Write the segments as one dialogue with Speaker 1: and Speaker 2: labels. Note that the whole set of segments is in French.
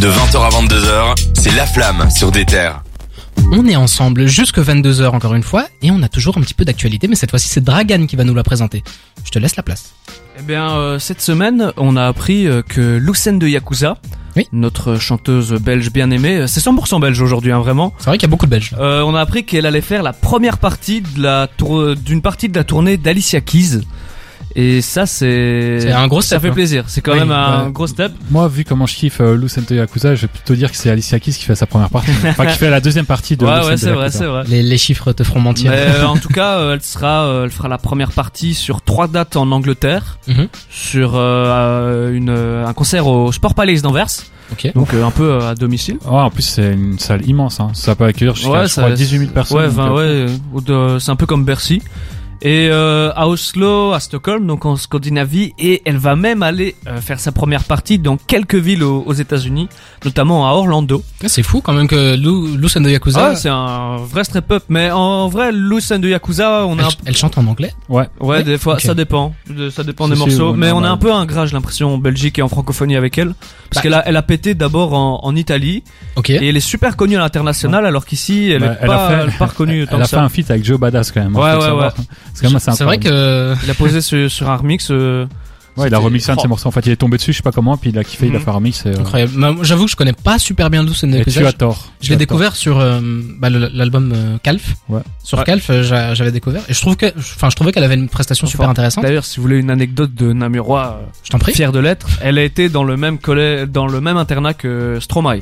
Speaker 1: De 20h à 22h, c'est La Flamme sur des terres.
Speaker 2: On est ensemble jusque 22h encore une fois et on a toujours un petit peu d'actualité, mais cette fois-ci c'est Dragan qui va nous la présenter. Je te laisse la place.
Speaker 3: Eh bien, cette semaine, on a appris que Lucène de Yakuza,
Speaker 2: oui,
Speaker 3: notre chanteuse belge bien aimée, c'est 100% belge aujourd'hui, hein, vraiment.
Speaker 2: C'est vrai qu'il y a beaucoup de Belges.
Speaker 3: On a appris qu'elle allait faire la première partie d'une partie de la tournée d'Alicia Keys. Et ça, c'est
Speaker 2: un gros step.
Speaker 3: Ça fait plaisir. C'est quand même un gros step.
Speaker 4: Moi, vu comment je kiffe Lucène de Yakuza, je vais plutôt dire que c'est Alicia Keys qui fait sa première partie. Enfin, qui fait la deuxième partie de Lucène de Yakuza.
Speaker 3: C'est vrai.
Speaker 2: Les chiffres te feront mentir.
Speaker 3: Mais en tout cas, elle fera la première partie sur 3 dates en Angleterre, sur un concert au Sport Palace d'Anvers.
Speaker 2: Okay.
Speaker 3: Donc un peu à domicile.
Speaker 4: Ouais, en plus c'est une salle immense, hein. Ça peut accueillir jusqu'à 18 000 personnes.
Speaker 3: Ouais, 20, c'est un peu comme Bercy. Et à Oslo, à Stockholm, donc en Scandinavie, et elle va même aller faire sa première partie dans quelques villes aux États-Unis, notamment à Orlando.
Speaker 2: C'est fou quand même que Lucène de Yakuza.
Speaker 3: Ah, c'est un vrai step-up, mais en vrai, Lucène de Yakuza,
Speaker 2: elle chante en anglais.
Speaker 3: Ouais, des fois, okay. Ça dépend des morceaux, mais on a un peu un grage, j'ai l'impression, en Belgique et en francophonie avec elle, parce qu'elle a pété d'abord en Italie, et elle est super connue à l'international, alors qu'ici, elle est pas reconnue tant que ça.
Speaker 4: Elle a fait un feat avec Joe Badass quand même.
Speaker 3: Ouais.
Speaker 2: C'est vrai que
Speaker 3: il a posé sur un remix.
Speaker 4: Ouais, il a remixé un de ses morceaux. En fait, il est tombé dessus, je sais pas comment, puis il a kiffé, il a fait un remix.
Speaker 2: Incroyable. J'avoue que je connais pas super bien Lucène de Yakuza.
Speaker 4: Tu as tort.
Speaker 2: Je l'ai découvert sur l'album Calf.
Speaker 4: Ouais.
Speaker 2: Sur Calf, j'avais découvert et je trouvais qu'elle avait une prestation super intéressante.
Speaker 3: D'ailleurs, si vous voulez une anecdote de Namurois,
Speaker 2: je t'en prie.
Speaker 3: Fier de l'être, elle a été dans le même internat que Stromae.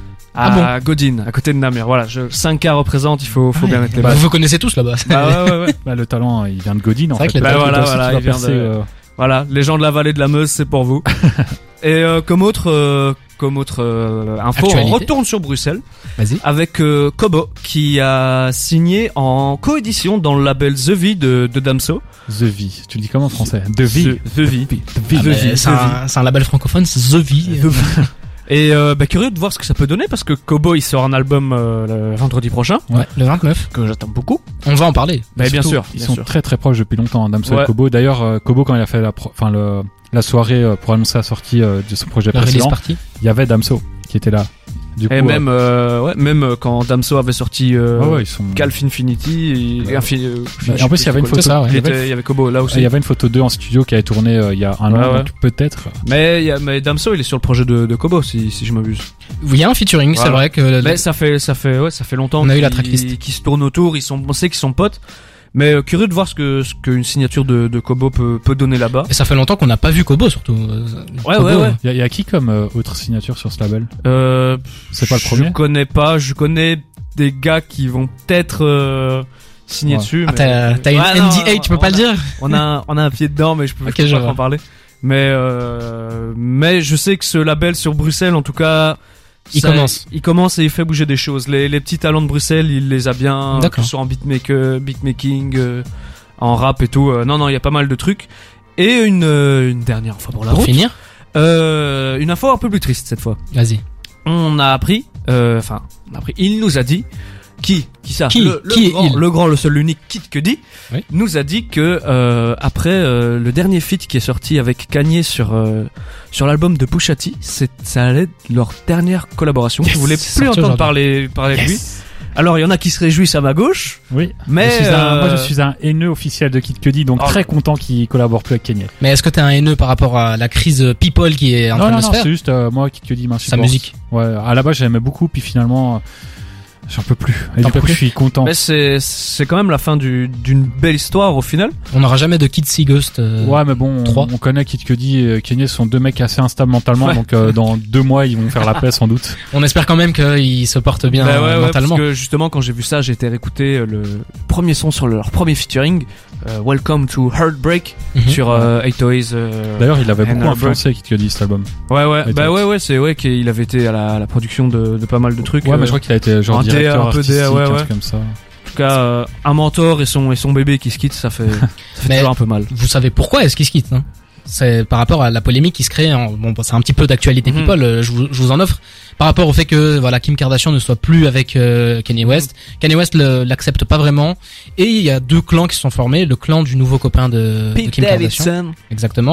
Speaker 3: À Godin, à côté de Namur. Voilà, 5K représente, il faut bien mettre les bases.
Speaker 2: Vous connaissez tous là-bas.
Speaker 3: Ouais.
Speaker 4: Le talent, il vient de Godin, en fait.
Speaker 3: Voilà, il vient de... Voilà, les gens de la vallée de la Meuse, c'est pour vous. Et comme autre info, on retourne sur Bruxelles.
Speaker 2: Vas-y.
Speaker 3: Avec Kobo, qui a signé en coédition dans le label The V de Damso.
Speaker 4: The V, tu le dis comment en français? The V.
Speaker 3: The V.
Speaker 2: C'est un label francophone, c'est The V.
Speaker 3: Et curieux de voir ce que ça peut donner, parce que Kobo il sort un album le vendredi prochain.
Speaker 2: Ouais, le 29.
Speaker 3: Que j'attends beaucoup.
Speaker 2: On va en parler.
Speaker 4: Bien sûr. Ils sont très très proches depuis longtemps, Damso et Kobo. D'ailleurs, Kobo, quand il a fait la soirée pour annoncer la sortie de son projet précédent, il y avait Damso qui était là. Du coup,
Speaker 3: même quand Damso avait sorti
Speaker 4: ils sont...
Speaker 3: Calf Infinity
Speaker 4: en plus il y avait une photo
Speaker 3: il y avait Kobo là aussi.
Speaker 4: Il y avait une photo d'eux en studio qui avait tourné il y a un an donc peut-être.
Speaker 3: Mais Damso il est sur le projet de Kobo si je m'abuse.
Speaker 2: Il y a un featuring, c'est vrai que
Speaker 3: mais ça fait longtemps
Speaker 2: on a eu la tracklist
Speaker 3: qui se tourne autour, on sait qu'ils sont potes. Mais curieux de voir ce qu'une signature de Kobo peut donner là-bas.
Speaker 2: Et ça fait longtemps qu'on n'a pas vu Kobo surtout.
Speaker 3: Ouais.
Speaker 4: Il y a qui comme autre signature sur ce label? C'est pas le premier.
Speaker 3: Je connais des gars qui vont peut-être signer dessus.
Speaker 2: Ah, t'as une NDA, tu peux pas le dire?
Speaker 3: On a un pied dedans, mais je peux pas en parler. Mais je sais que ce label sur Bruxelles, en tout cas, il commence et il fait bouger des choses. Les petits talents de Bruxelles, il les a bien, que ce soit en beatmaking, en rap et tout. Non, il y a pas mal de trucs. Et une dernière fois pour la route.
Speaker 2: Finir.
Speaker 3: Une info un peu plus triste cette fois.
Speaker 2: Vas-y.
Speaker 3: On a appris, il nous a dit, le grand, le seul, l'unique Kid Cudi, nous a dit que après le dernier feat qui est sorti avec Kanye sur l'album de Pusha T, ça allait être leur dernière collaboration. Je voulais plus entendre parler de lui. Alors il y en a qui se réjouissent à ma gauche.
Speaker 4: Oui.
Speaker 3: Mais
Speaker 4: moi je suis un haineux officiel de Kid Cudi, donc très content qu'il collabore plus avec Kanye.
Speaker 2: Mais est-ce que t'es un haineux par rapport à la crise people qui est en train de se faire?
Speaker 4: Non, c'est juste moi Kid Cudi m'insupporte.
Speaker 2: Sa musique.
Speaker 4: Ouais, à la base j'aimais beaucoup, puis finalement j'en peux plus. Et du coup, je suis content.
Speaker 3: Mais c'est quand même la fin d'une belle histoire au final.
Speaker 2: On n'aura jamais de Kid See Ghost.
Speaker 4: Ouais, mais bon, on connaît Kid Cudi et Kanye sont deux mecs assez instables mentalement, donc dans 2 mois ils vont faire la paix sans doute.
Speaker 2: On espère quand même qu'ils se portent bien mentalement.
Speaker 3: Parce que justement quand j'ai vu ça, j'ai été réécouter le premier son sur leur premier featuring, Welcome to Heartbreak sur 808's.
Speaker 4: D'ailleurs, il avait beaucoup influencé Kid Cudi cet album.
Speaker 3: Ouais, c'est vrai qu'il avait été à la production de pas mal de trucs.
Speaker 4: Ouais, mais je crois qu'il a été genre directeur artistique, un truc comme ça.
Speaker 3: En tout cas, un mentor et son bébé qui se quittent, ça fait toujours un peu mal.
Speaker 2: Vous savez pourquoi est-ce qu'ils se quittent, hein? C'est par rapport à la polémique qui se crée. C'est un petit peu d'actualité people. Je vous en offre. Par rapport au fait que Kim Kardashian ne soit plus avec Kanye West. Kanye West l'accepte pas vraiment. Et il y a 2 clans qui se sont formés. Le clan du nouveau copain de Kim Kardashian. Exactement.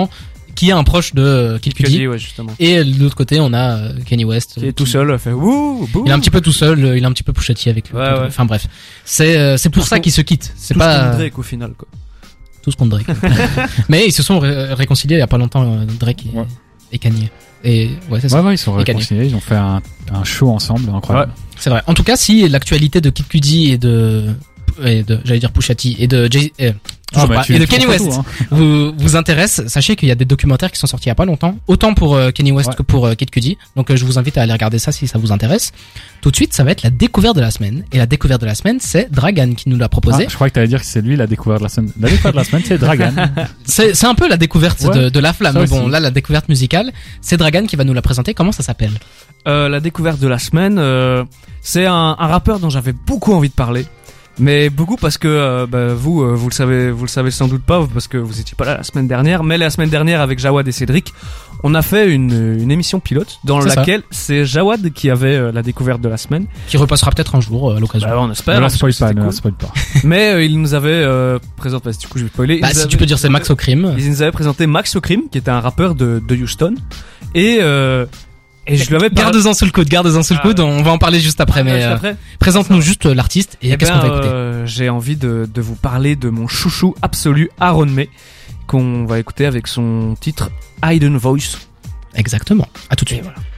Speaker 2: qui est un proche de Kid Cudi.
Speaker 3: Ouais, justement.
Speaker 2: Et de l'autre côté, on a Kanye West.
Speaker 3: Qui est tout seul, fait wouh, boum.
Speaker 2: Il est un petit peu tout seul, il est un petit peu Pusha T avec lui.
Speaker 3: Ouais.
Speaker 2: Enfin bref. C'est pour ça qu'ils se quittent. C'est
Speaker 3: tout
Speaker 2: pas.
Speaker 3: Ce qu'on Drake au final, quoi.
Speaker 2: Tout ce qu'on Drake. Mais ils se sont réconciliés il y a pas longtemps, Drake et Kanye. Et ouais, c'est ça.
Speaker 4: Ouais, ils sont réconciliés, ils ont fait un show ensemble, incroyable.
Speaker 2: Ouais, c'est vrai. En tout cas, si l'actualité de Kid Cudi et de j'allais dire Pusha T et de et de Kanye West vous intéresse, sachez qu'il y a des documentaires qui sont sortis il y a pas longtemps, autant pour Kanye West que pour Kid Cudi. Donc je vous invite à aller regarder ça si ça vous intéresse. Tout de suite, ça va être la découverte de la semaine. Et la découverte de la semaine, c'est Dragan qui nous l'a proposé.
Speaker 4: Je crois que t'allais dire que c'est lui la découverte de la semaine. La découverte de la semaine, c'est Dragan.
Speaker 2: C'est un peu la découverte de la flamme. Mais bon, là, la découverte musicale, c'est Dragan qui va nous la présenter. Comment ça s'appelle?
Speaker 3: La découverte de la semaine, c'est un rappeur dont j'avais beaucoup envie de parler. Mais beaucoup parce que vous le savez sans doute pas parce que vous étiez pas là la semaine dernière. Mais la semaine dernière avec Jawad et Cédric, on a fait une émission pilote dans laquelle c'est Jawad qui avait la découverte de la semaine,
Speaker 2: qui repassera peut-être un jour à l'occasion.
Speaker 3: On espère.
Speaker 4: Ne spoil pas.
Speaker 3: Mais il nous avait présenté. Du coup, je vais spoiler.
Speaker 2: Si tu peux dire, c'est Max O'Crim.
Speaker 3: Ils nous avaient présenté Max O'Crim, qui était un rappeur de Houston, et je lui avais
Speaker 2: garde-en sous le coude, on va en parler juste après, présente-nous juste l'artiste et qu'est-ce qu'on va écouter.
Speaker 3: J'ai envie de vous parler de mon chouchou absolu, Aaron May, qu'on va écouter avec son titre Hidden Voice.
Speaker 2: Exactement. À tout de suite.
Speaker 3: Voilà.